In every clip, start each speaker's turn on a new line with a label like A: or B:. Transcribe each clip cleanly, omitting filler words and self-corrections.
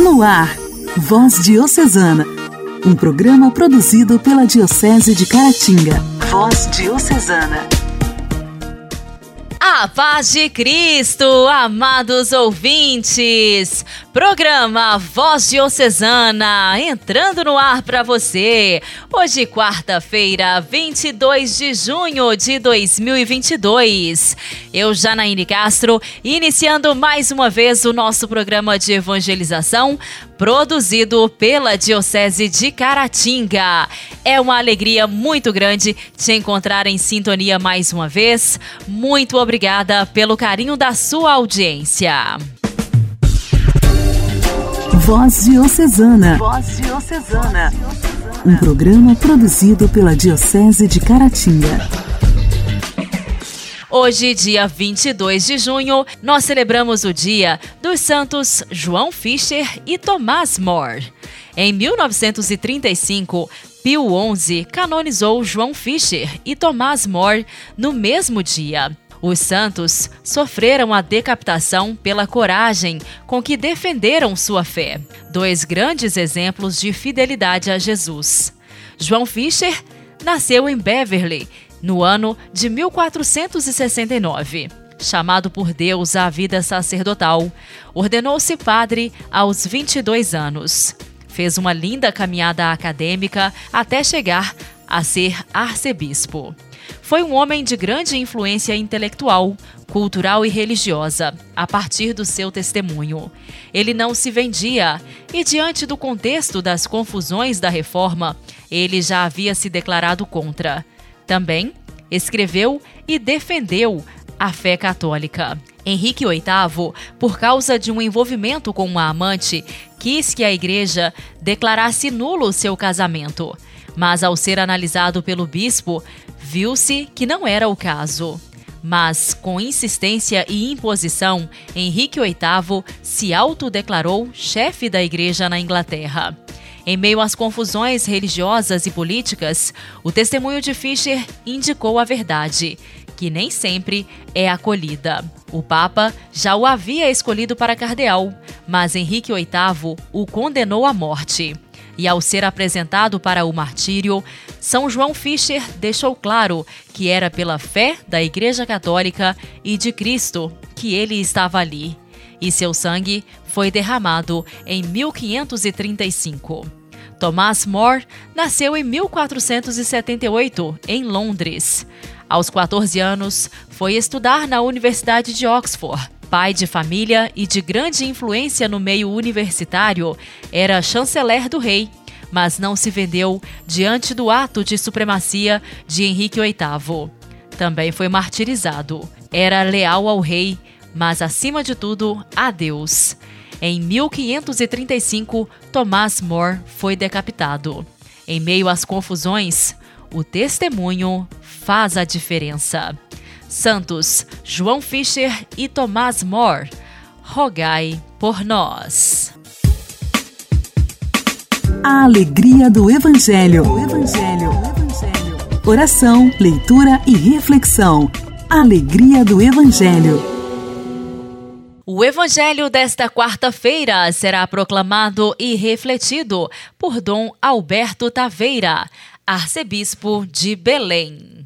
A: No ar, Voz Diocesana, um programa produzido pela Diocese de Caratinga. Voz Diocesana.
B: A paz de Cristo, amados ouvintes! Programa Voz Diocesana, entrando no ar para você. Hoje, quarta-feira, 22 de junho de 2022. Eu, Janaíne Castro, iniciando mais uma vez o nosso programa de evangelização, produzido pela Diocese de Caratinga. É uma alegria muito grande te encontrar em sintonia mais uma vez. Muito obrigada pelo carinho da sua audiência.
A: Voz Diocesana. Voz Diocesana. Um programa produzido pela Diocese de Caratinga.
B: Hoje, dia 22 de junho, nós celebramos o dia dos santos João Fisher e Tomás More. Em 1935, Pio XI canonizou João Fisher e Tomás More no mesmo dia. Os santos sofreram a decapitação pela coragem com que defenderam sua fé. Dois grandes exemplos de fidelidade a Jesus. João Fisher nasceu em Beverly, no ano de 1469. Chamado por Deus à vida sacerdotal, ordenou-se padre aos 22 anos. Fez uma linda caminhada acadêmica até chegar a ser arcebispo. Foi um homem de grande influência intelectual, cultural e religiosa, a partir do seu testemunho. Ele não se vendia e, diante do contexto das confusões da Reforma, ele já havia se declarado contra. Também escreveu e defendeu a fé católica. Henrique VIII, por causa de um envolvimento com uma amante, quis que a Igreja declarasse nulo seu casamento. Mas, ao ser analisado pelo bispo, viu-se que não era o caso. Mas, com insistência e imposição, Henrique VIII se autodeclarou chefe da Igreja na Inglaterra. Em meio às confusões religiosas e políticas, o testemunho de Fisher indicou a verdade, que nem sempre é acolhida. O Papa já o havia escolhido para cardeal, mas Henrique VIII o condenou à morte. E ao ser apresentado para o martírio, São João Fisher deixou claro que era pela fé da Igreja Católica e de Cristo que ele estava ali. E seu sangue foi derramado em 1535. Tomás More nasceu em 1478, em Londres. Aos 14 anos, foi estudar na Universidade de Oxford. Pai de família e de grande influência no meio universitário, era chanceler do rei, mas não se vendeu diante do ato de supremacia de Henrique VIII. Também foi martirizado. Era leal ao rei, mas acima de tudo a Deus. Em 1535, Tomás More foi decapitado. Em meio às confusões, o testemunho faz a diferença. Santos João Fisher e Tomás More, rogai por nós.
A: A alegria do Evangelho. Oração, leitura e reflexão. Alegria do Evangelho.
B: O Evangelho desta quarta-feira será proclamado e refletido por Dom Alberto Taveira, arcebispo de Belém.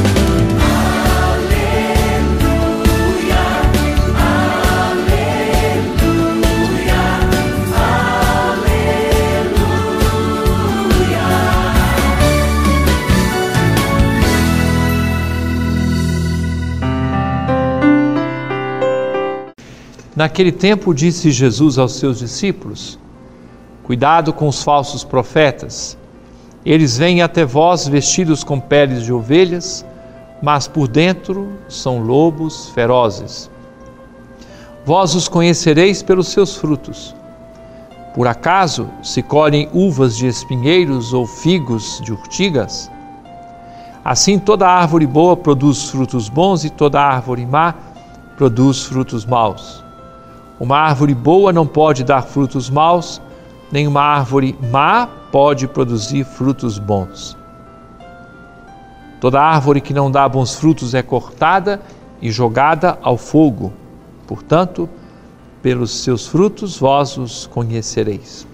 C: Naquele tempo disse Jesus aos seus discípulos: cuidado com os falsos profetas. Eles vêm até vós vestidos com peles de ovelhas, mas por dentro são lobos ferozes. Vós os conhecereis pelos seus frutos. Por acaso se colhem uvas de espinheiros ou figos de urtigas? Assim toda árvore boa produz frutos bons e toda árvore má produz frutos maus. Uma árvore boa não pode dar frutos maus, nem uma árvore má pode produzir frutos bons. Toda árvore que não dá bons frutos é cortada e jogada ao fogo. Portanto, pelos seus frutos vós os conhecereis.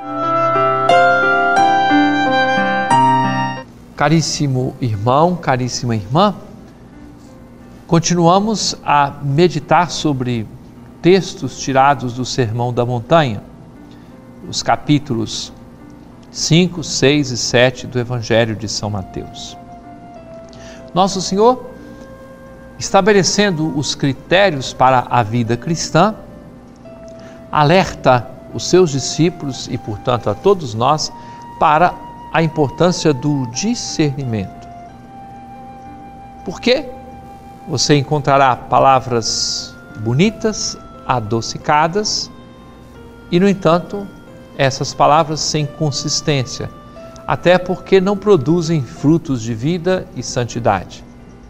C: Caríssimo irmão, caríssima irmã, continuamos a meditar sobre textos tirados do Sermão da Montanha, os capítulos 5, 6 e 7 do Evangelho de São Mateus. Nosso Senhor, estabelecendo os critérios para a vida cristã, alerta os seus discípulos e, portanto, a todos nós para a importância do discernimento. Porque você encontrará palavras bonitas, adocicadas e, no entanto, essas palavras sem consistência, até porque não produzem frutos de vida e santidade.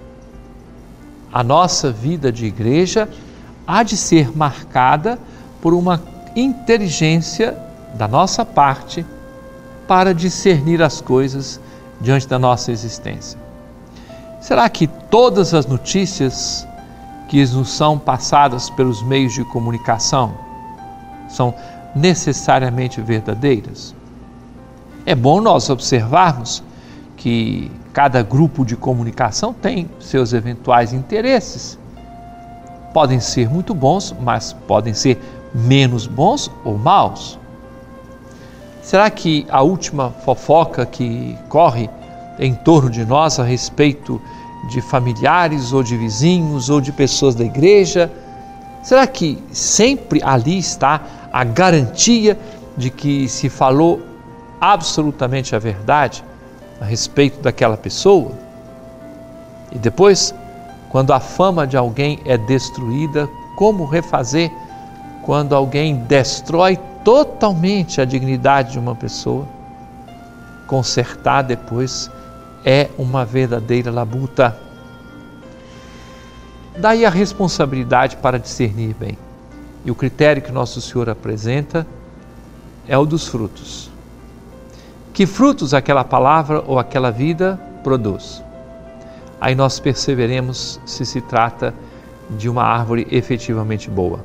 C: A nossa vida de igreja há de ser marcada por uma inteligência da nossa parte para discernir as coisas diante da nossa existência. Será que todas as notícias que nos são passadas pelos meios de comunicação são necessariamente verdadeiras? É bom nós observarmos que cada grupo de comunicação tem seus eventuais interesses. Podem ser muito bons, mas podem ser menos bons ou maus. Será que a última fofoca que corre em torno de nós a respeito de familiares ou de vizinhos ou de pessoas da igreja, será que sempre ali está a garantia de que se falou absolutamente a verdade a respeito daquela pessoa? E depois, quando a fama de alguém é destruída, como refazer quando alguém destrói totalmente a dignidade de uma pessoa? Consertar depois é uma verdadeira labuta. Daí a responsabilidade para discernir bem. E o critério que Nosso Senhor apresenta é o dos frutos. Que frutos aquela palavra ou aquela vida produz? Aí nós perceberemos se se trata de uma árvore efetivamente boa.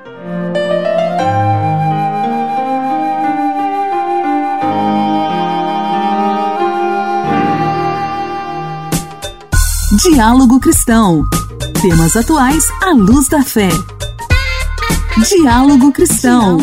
A: Diálogo Cristão. Temas atuais à luz da fé. Diálogo Cristão.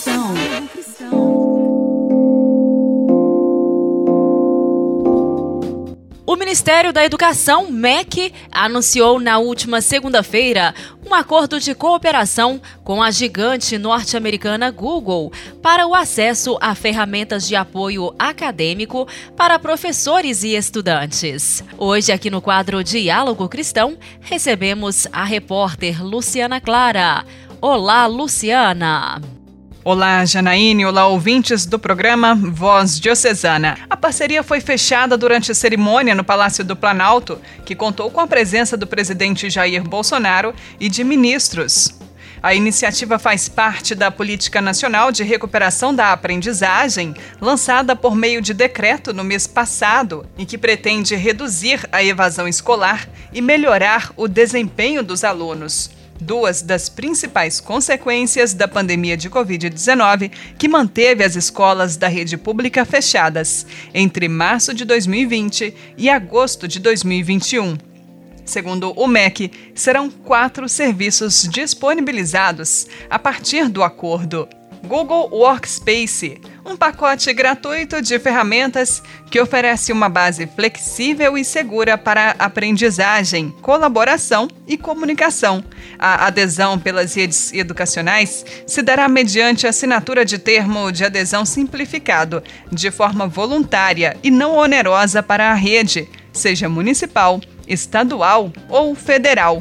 B: O Ministério da Educação, MEC, anunciou na última segunda-feira um acordo de cooperação com a gigante norte-americana Google para o acesso a ferramentas de apoio acadêmico para professores e estudantes. Hoje, aqui no quadro Diálogo Cristão, recebemos a repórter Luciana Clara. Olá, Luciana!
D: Olá, Janaíne. Olá, ouvintes do programa Voz Diocesana. A parceria foi fechada durante a cerimônia no Palácio do Planalto, que contou com a presença do presidente Jair Bolsonaro e de ministros. A iniciativa faz parte da Política Nacional de Recuperação da Aprendizagem, lançada por meio de decreto no mês passado, e que pretende reduzir a evasão escolar e melhorar o desempenho dos alunos. Duas das principais consequências da pandemia de Covid-19, que manteve as escolas da rede pública fechadas entre março de 2020 e agosto de 2021. Segundo o MEC, serão 4 serviços disponibilizados a partir do acordo. Google Workspace, um pacote gratuito de ferramentas que oferece uma base flexível e segura para aprendizagem, colaboração e comunicação. A adesão pelas redes educacionais se dará mediante assinatura de termo de adesão simplificado, de forma voluntária e não onerosa para a rede, seja municipal, estadual ou federal.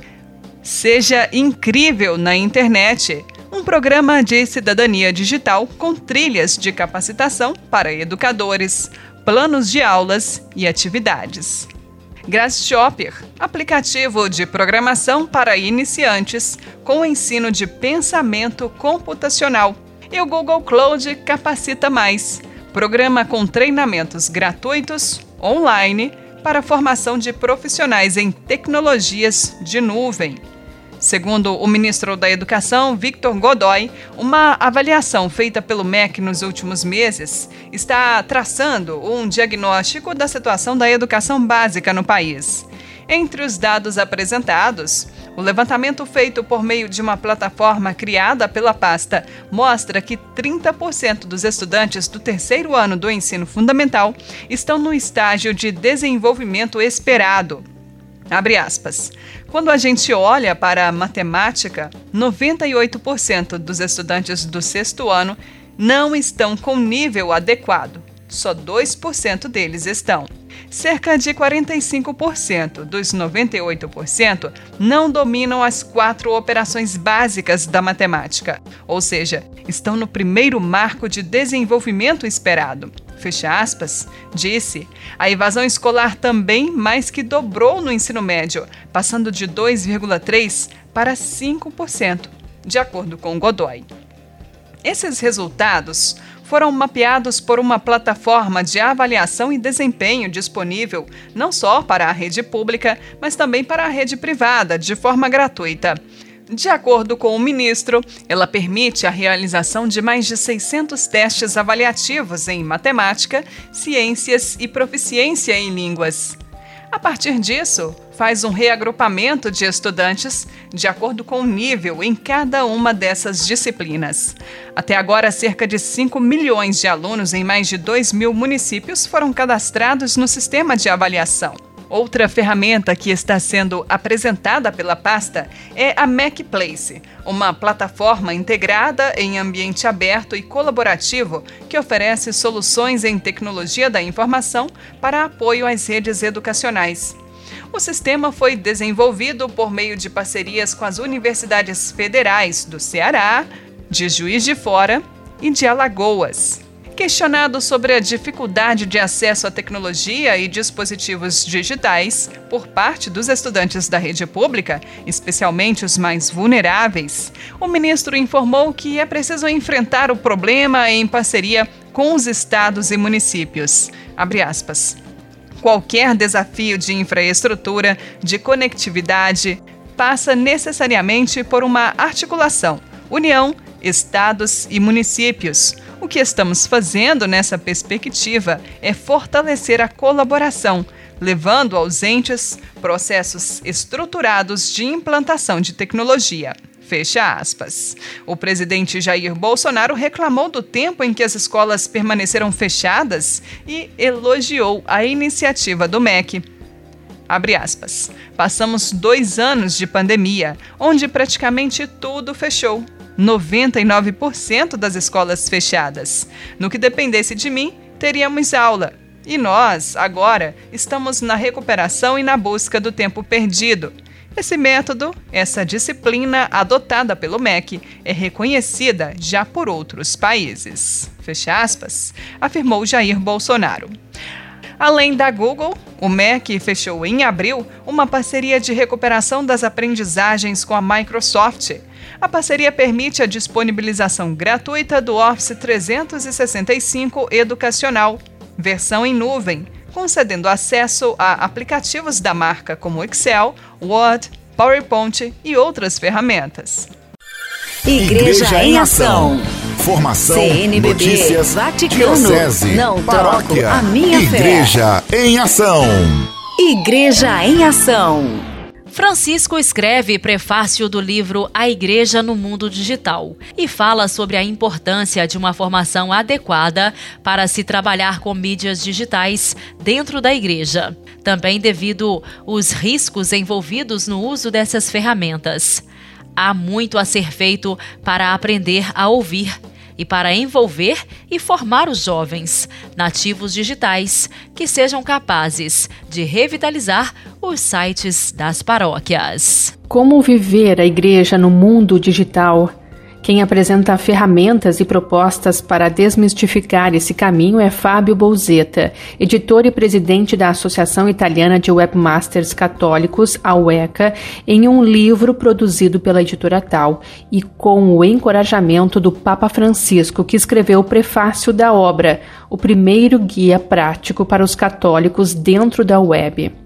D: Seja incrível na internet. Um programa de cidadania digital com trilhas de capacitação para educadores, planos de aulas e atividades. Grasshopper, aplicativo de programação para iniciantes com ensino de pensamento computacional. E o Google Cloud Capacita Mais, programa com treinamentos gratuitos, online, para formação de profissionais em tecnologias de nuvem. Segundo o ministro da Educação, Victor Godoy, uma avaliação feita pelo MEC nos últimos meses está traçando um diagnóstico da situação da educação básica no país. Entre os dados apresentados, o levantamento feito por meio de uma plataforma criada pela pasta mostra que 30% dos estudantes do terceiro ano do ensino fundamental estão no estágio de desenvolvimento esperado. Abre aspas. Quando a gente olha para a matemática, 98% dos estudantes do sexto ano não estão com nível adequado. Só 2% deles estão. Cerca de 45% dos 98% não dominam as 4 operações básicas da matemática, ou seja, estão no primeiro marco de desenvolvimento esperado. Fecha aspas, disse. A evasão escolar também mais que dobrou no ensino médio, passando de 2,3% para 5%, de acordo com Godoy. Esses resultados foram mapeados por uma plataforma de avaliação e desempenho disponível não só para a rede pública, mas também para a rede privada, de forma gratuita. De acordo com o ministro, ela permite a realização de mais de 600 testes avaliativos em matemática, ciências e proficiência em línguas. A partir disso, faz um reagrupamento de estudantes de acordo com o nível em cada uma dessas disciplinas. Até agora, cerca de 5 milhões de alunos em mais de 2.000 municípios foram cadastrados no sistema de avaliação. Outra ferramenta que está sendo apresentada pela pasta é a MEC Place, uma plataforma integrada em ambiente aberto e colaborativo que oferece soluções em tecnologia da informação para apoio às redes educacionais. O sistema foi desenvolvido por meio de parcerias com as universidades federais do Ceará, de Juiz de Fora e de Alagoas. Questionado sobre a dificuldade de acesso à tecnologia e dispositivos digitais por parte dos estudantes da rede pública, especialmente os mais vulneráveis, o ministro informou que é preciso enfrentar o problema em parceria com os estados e municípios. Abre aspas. Qualquer desafio de infraestrutura, de conectividade, passa necessariamente por uma articulação, união, estados e municípios. O que estamos fazendo nessa perspectiva é fortalecer a colaboração, levando aos entes processos estruturados de implantação de tecnologia. Fecha aspas. O presidente Jair Bolsonaro reclamou do tempo em que as escolas permaneceram fechadas e elogiou a iniciativa do MEC. Abre aspas. Passamos 2 anos de pandemia, onde praticamente tudo fechou. 99% das escolas fechadas. No que dependesse de mim, teríamos aula. E nós, agora, estamos na recuperação e na busca do tempo perdido. Esse método, essa disciplina adotada pelo MEC, é reconhecida já por outros países. Fecha aspas, afirmou Jair Bolsonaro. Além da Google, o MEC fechou em abril uma parceria de recuperação das aprendizagens com a Microsoft. A parceria permite a disponibilização gratuita do Office 365 educacional, versão em nuvem, concedendo acesso a aplicativos da marca como Excel, Word, PowerPoint e outras ferramentas.
A: Igreja em Ação.
E: Formação,
A: CNBB,
E: notícias,
A: Vaticano,
E: diocese,
A: não
E: paróquia,
A: troco a minha
E: Igreja em Ação.
A: Igreja em Ação.
B: Francisco escreve prefácio do livro A Igreja no Mundo Digital e fala sobre a importância de uma formação adequada para se trabalhar com mídias digitais dentro da igreja, também devido aos riscos envolvidos no uso dessas ferramentas. Há muito a ser feito para aprender a ouvir e para envolver e formar os jovens, nativos digitais, que sejam capazes de revitalizar os sites das paróquias.
F: Como viver a igreja no mundo digital? Quem apresenta ferramentas e propostas para desmistificar esse caminho é Fábio Bolzetta, editor e presidente da Associação Italiana de Webmasters Católicos, a UECA, em um livro produzido pela editora Tal e com o encorajamento do Papa Francisco, que escreveu o prefácio da obra, o primeiro guia prático para os católicos dentro da web.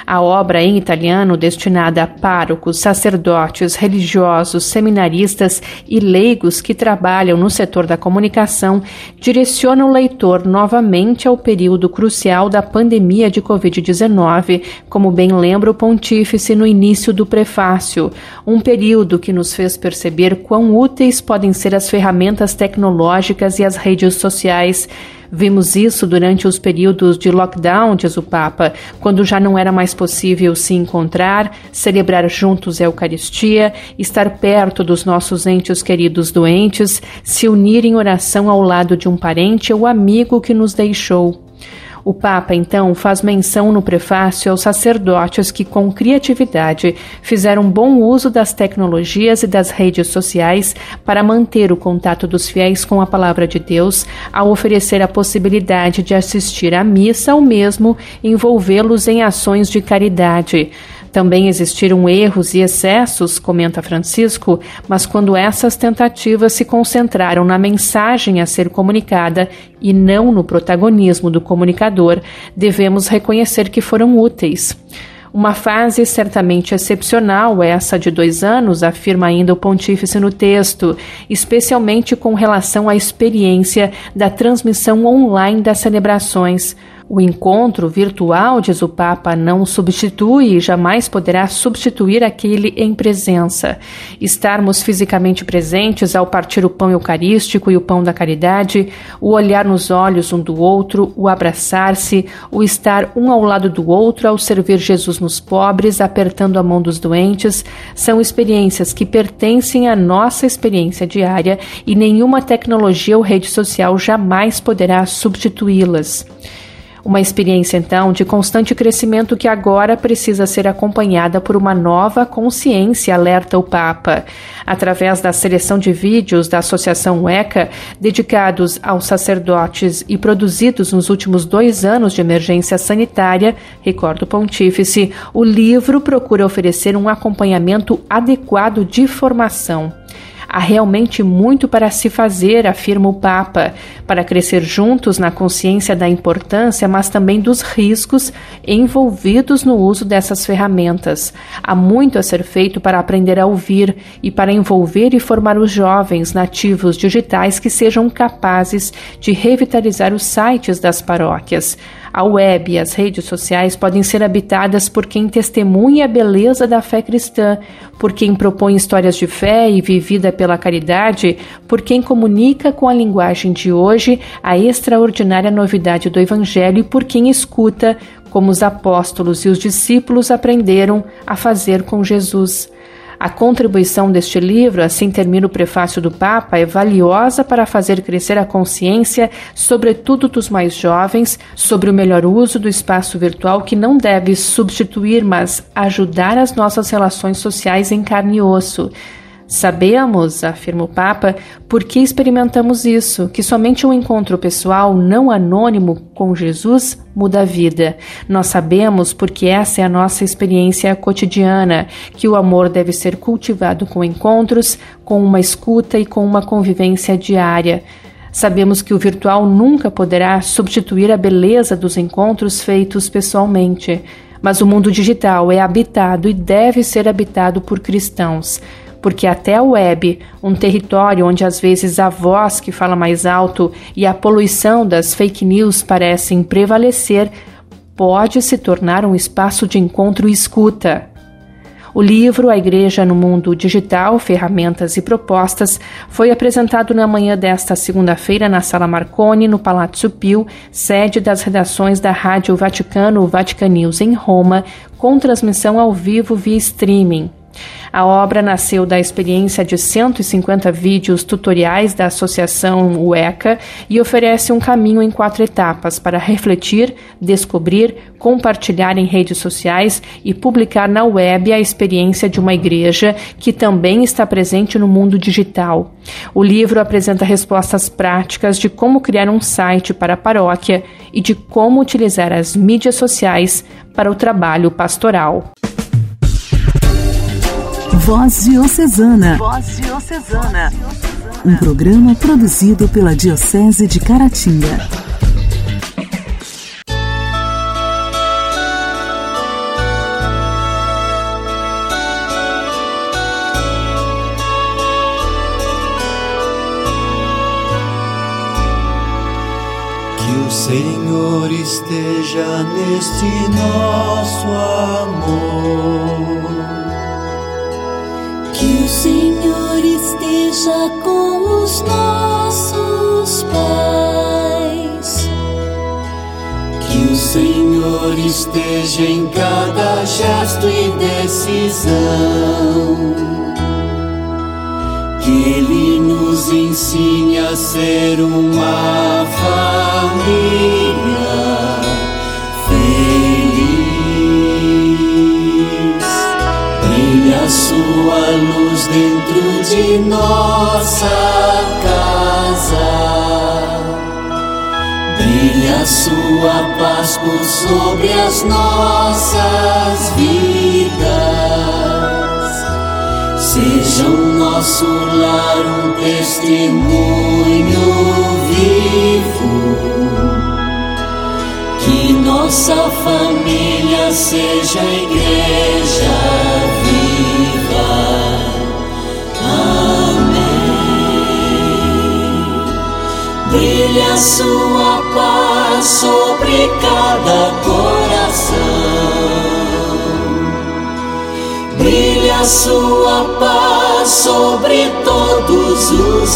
F: A obra em italiano, destinada a párocos, sacerdotes, religiosos, seminaristas e leigos que trabalham no setor da comunicação, direciona o leitor novamente ao período crucial da pandemia de Covid-19, como bem lembra o pontífice no início do prefácio, um período que nos fez perceber quão úteis podem ser as ferramentas tecnológicas e as redes sociais. Vimos isso durante os períodos de lockdown, diz o Papa, quando já não era mais possível se encontrar, celebrar juntos a Eucaristia, estar perto dos nossos entes queridos doentes, se unir em oração ao lado de um parente ou amigo que nos deixou. O Papa, então, faz menção no prefácio aos sacerdotes que, com criatividade, fizeram bom uso das tecnologias e das redes sociais para manter o contato dos fiéis com a Palavra de Deus, ao oferecer a possibilidade de assistir à missa ou mesmo envolvê-los em ações de caridade. Também existiram erros e excessos, comenta Francisco, mas quando essas tentativas se concentraram na mensagem a ser comunicada e não no protagonismo do comunicador, devemos reconhecer que foram úteis. Uma fase certamente excepcional, essa de 2 anos, afirma ainda o pontífice no texto, especialmente com relação à experiência da transmissão online das celebrações. O encontro virtual, diz o Papa, não substitui e jamais poderá substituir aquele em presença. Estarmos fisicamente presentes ao partir o pão eucarístico e o pão da caridade, o olhar nos olhos um do outro, o abraçar-se, o estar um ao lado do outro ao servir Jesus nos pobres, apertando a mão dos doentes, são experiências que pertencem à nossa experiência diária e nenhuma tecnologia ou rede social jamais poderá substituí-las. Uma experiência, então, de constante crescimento que agora precisa ser acompanhada por uma nova consciência, alerta o Papa. Através da seleção de vídeos da Associação ECA, dedicados aos sacerdotes e produzidos nos últimos 2 anos de emergência sanitária, recorda o pontífice, o livro procura oferecer um acompanhamento adequado de formação. Há realmente muito para se fazer, afirma o Papa, para crescer juntos na consciência da importância, mas também dos riscos envolvidos no uso dessas ferramentas. Há muito a ser feito para aprender a ouvir e para envolver e formar os jovens nativos digitais que sejam capazes de revitalizar os sites das paróquias. A web e as redes sociais podem ser habitadas por quem testemunha a beleza da fé cristã, por quem propõe histórias de fé e vivida pela caridade, por quem comunica com a linguagem de hoje a extraordinária novidade do Evangelho e por quem escuta, como os apóstolos e os discípulos aprenderam a fazer com Jesus. A contribuição deste livro, assim termina o prefácio do Papa, é valiosa para fazer crescer a consciência, sobretudo dos mais jovens, sobre o melhor uso do espaço virtual que não deve substituir, mas ajudar as nossas relações sociais em carne e osso. Sabemos, afirma o Papa, por que experimentamos isso, que somente um encontro pessoal não anônimo com Jesus muda a vida. Nós sabemos porque essa é a nossa experiência cotidiana, que o amor deve ser cultivado com encontros, com uma escuta e com uma convivência diária. Sabemos que o virtual nunca poderá substituir a beleza dos encontros feitos pessoalmente, mas o mundo digital é habitado e deve ser habitado por cristãos. Porque até a web, um território onde às vezes a voz que fala mais alto e a poluição das fake news parecem prevalecer, pode se tornar um espaço de encontro e escuta. O livro A Igreja no Mundo Digital, Ferramentas e Propostas foi apresentado na manhã desta segunda-feira na Sala Marconi, no Palazzo Pio, sede das redações da Rádio Vaticano, Vatican News em Roma, com transmissão ao vivo via streaming. A obra nasceu da experiência de 150 vídeos tutoriais da Associação UECA e oferece um caminho em 4 etapas para refletir, descobrir, compartilhar em redes sociais e publicar na web a experiência de uma igreja que também está presente no mundo digital. O livro apresenta respostas práticas de como criar um site para a paróquia e de como utilizar as mídias sociais para o trabalho pastoral.
A: Voz Diocesana. Voz Diocesana. Um programa produzido pela Diocese de Caratinga.
G: o Senhor esteja neste nosso amor.
H: Que o Senhor esteja com os nossos pais.
G: Que o Senhor esteja em cada gesto e decisão. Que Ele nos ensine a ser uma família feliz. Brilha a sua luz dentro de nossa casa. Brilha a sua paz por sobre as nossas vidas. Seja o nosso lar um testemunho vivo. Que nossa família seja a igreja viva. Amém. Brilha a sua paz sobre cada coração. Brilha a sua paz sobre todos os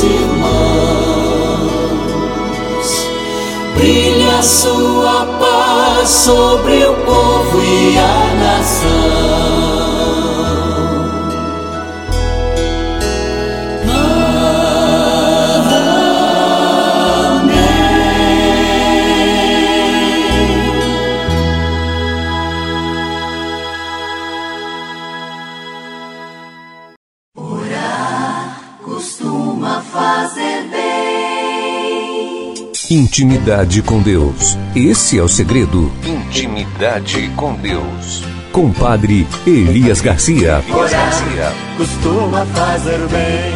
G: irmãos. Brilha a sua paz sobre o povo e a nação.
I: Intimidade com Deus. Esse é o segredo. Intimidade com Deus. Com o Padre Elias Garcia.
G: Costuma fazer bem.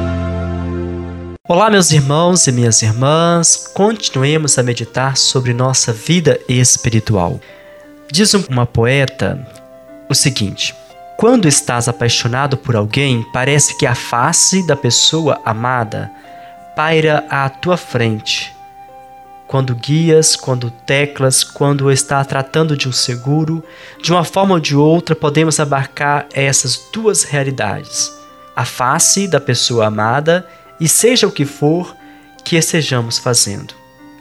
J: Olá, meus irmãos e minhas irmãs. Continuemos a meditar sobre nossa vida espiritual. Diz uma poeta o seguinte: quando estás apaixonado por alguém, parece que a face da pessoa amada paira à tua frente. Quando guias, quando teclas, quando está tratando de um seguro, de uma forma ou de outra podemos abarcar essas duas realidades. A face da pessoa amada e seja o que for que estejamos fazendo.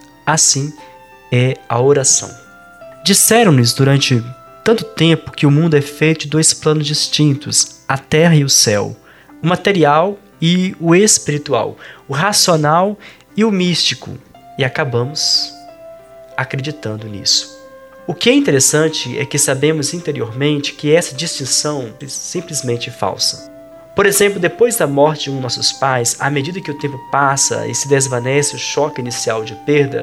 J: Assim é a oração. Disseram-nos durante tanto tempo que o mundo é feito de dois planos distintos, a terra e o céu, o material e o espiritual, o racional e o místico. E acabamos acreditando nisso. O que é interessante é que sabemos interiormente que essa distinção é simplesmente falsa. Por exemplo, depois da morte de um de nossos pais, à medida que o tempo passa e se desvanece o choque inicial de perda,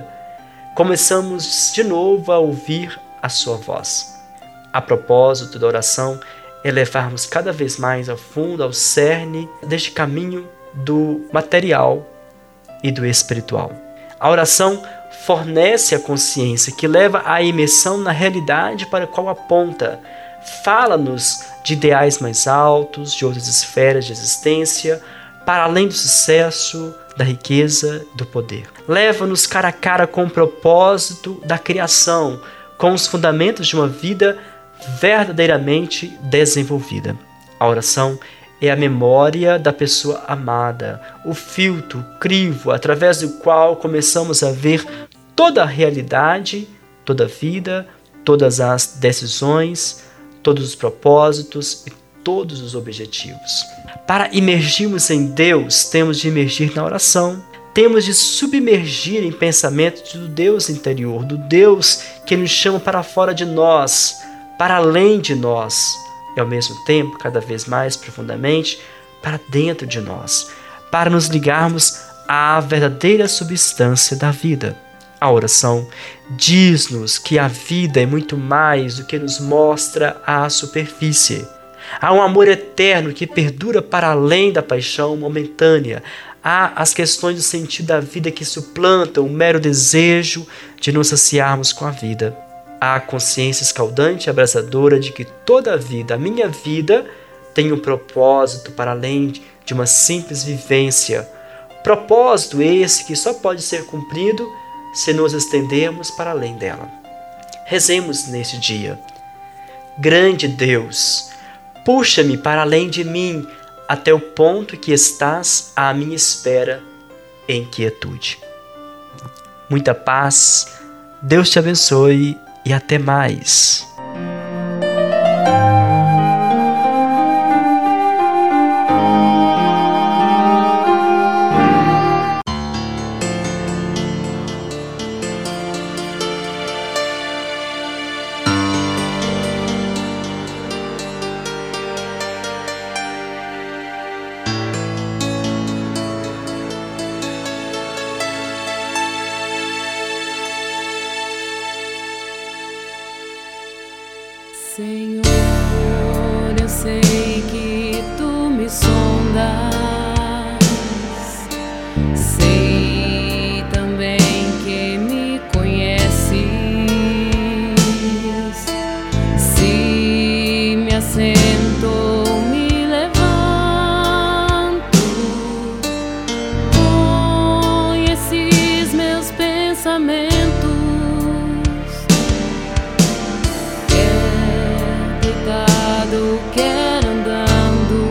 J: começamos de novo a ouvir a sua voz. A propósito da oração é levarmos cada vez mais ao fundo, ao cerne deste caminho do material e do espiritual. A oração fornece a consciência que leva à imersão na realidade para a qual aponta. Fala-nos de ideais mais altos, de outras esferas de existência, para além do sucesso, da riqueza, do poder. Leva-nos cara a cara com o propósito da criação, com os fundamentos de uma vida verdadeiramente desenvolvida. A oração é a memória da pessoa amada, o filtro, o crivo, através do qual começamos a ver toda a realidade, toda a vida, todas as decisões, todos os propósitos e todos os objetivos. Para imergirmos em Deus, temos de imergir na oração. Temos de submergir em pensamentos do Deus interior, do Deus que nos chama para fora de nós, para além de nós. E ao mesmo tempo, cada vez mais profundamente, para dentro de nós, para nos ligarmos à verdadeira substância da vida. A oração diz-nos que a vida é muito mais do que nos mostra a superfície. Há um amor eterno que perdura para além da paixão momentânea. Há as questões do sentido da vida que suplantam o mero desejo de nos saciarmos com a vida. Há a consciência escaldante e abrasadora de que toda a vida, a minha vida, tem um propósito para além de uma simples vivência. Propósito esse que só pode ser cumprido se nos estendermos para além dela. Rezemos neste dia. Grande Deus, puxa-me para além de mim, até o ponto que estás à minha espera em quietude. Muita paz, Deus te abençoe e até mais.
K: Senhor, eu sei que tu me sondas, sei também que me conheces. Se me assento, me levanto, conheces meus pensamentos. Quer andando,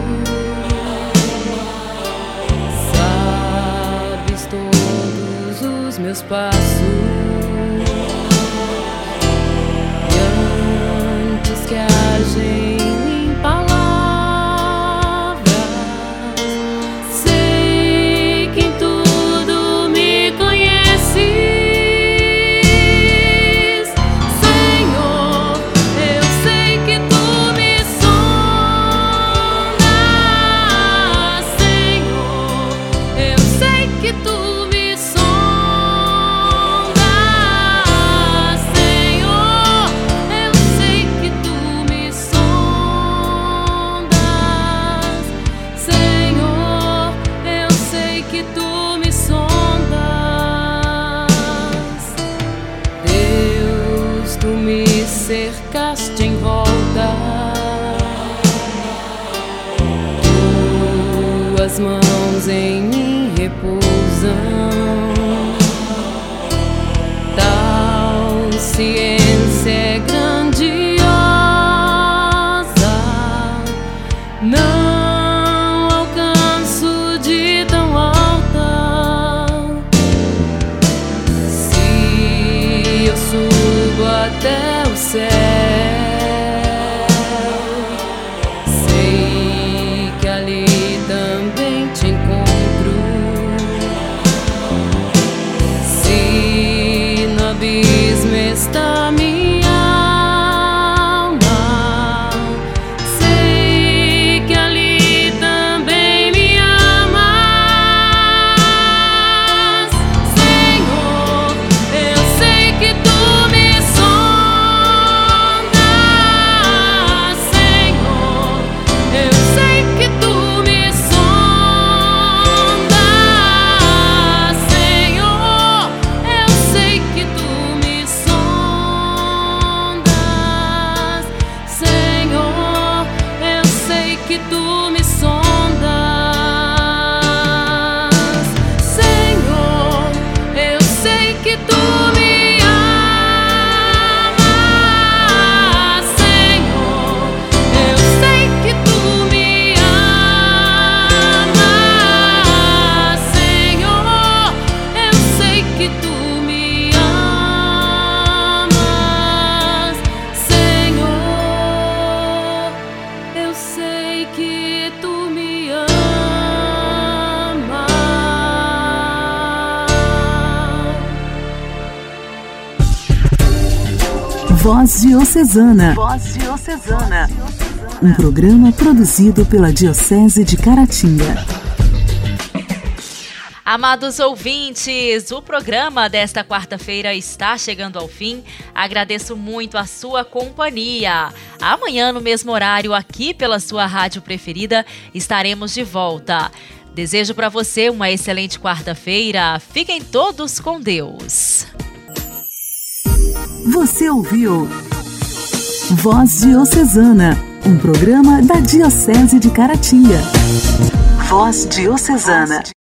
K: sabes todos os meus passos, e antes que hajem em palavras, sei que em tudo me conheces. Cercaste em volta, tuas mãos em mim repousam, tal ciência é grandiosa, não alcanço de tão alta. Se eu subo até o céu, sei que ali também te encontro. Se no abismo está minha alma, sei que ali também me amas. Senhor, eu sei que tu me
A: Voz Diocesana. Voz Diocesana. Um programa produzido pela Diocese de Caratinga.
B: Amados ouvintes, o programa desta quarta-feira está chegando ao fim. Agradeço muito a sua companhia. Amanhã, no mesmo horário, aqui pela sua rádio preferida, estaremos de volta. Desejo para você uma excelente quarta-feira. Fiquem todos com Deus.
A: Você ouviu Voz Diocesana, um programa da Diocese de Caratinga. Voz Diocesana.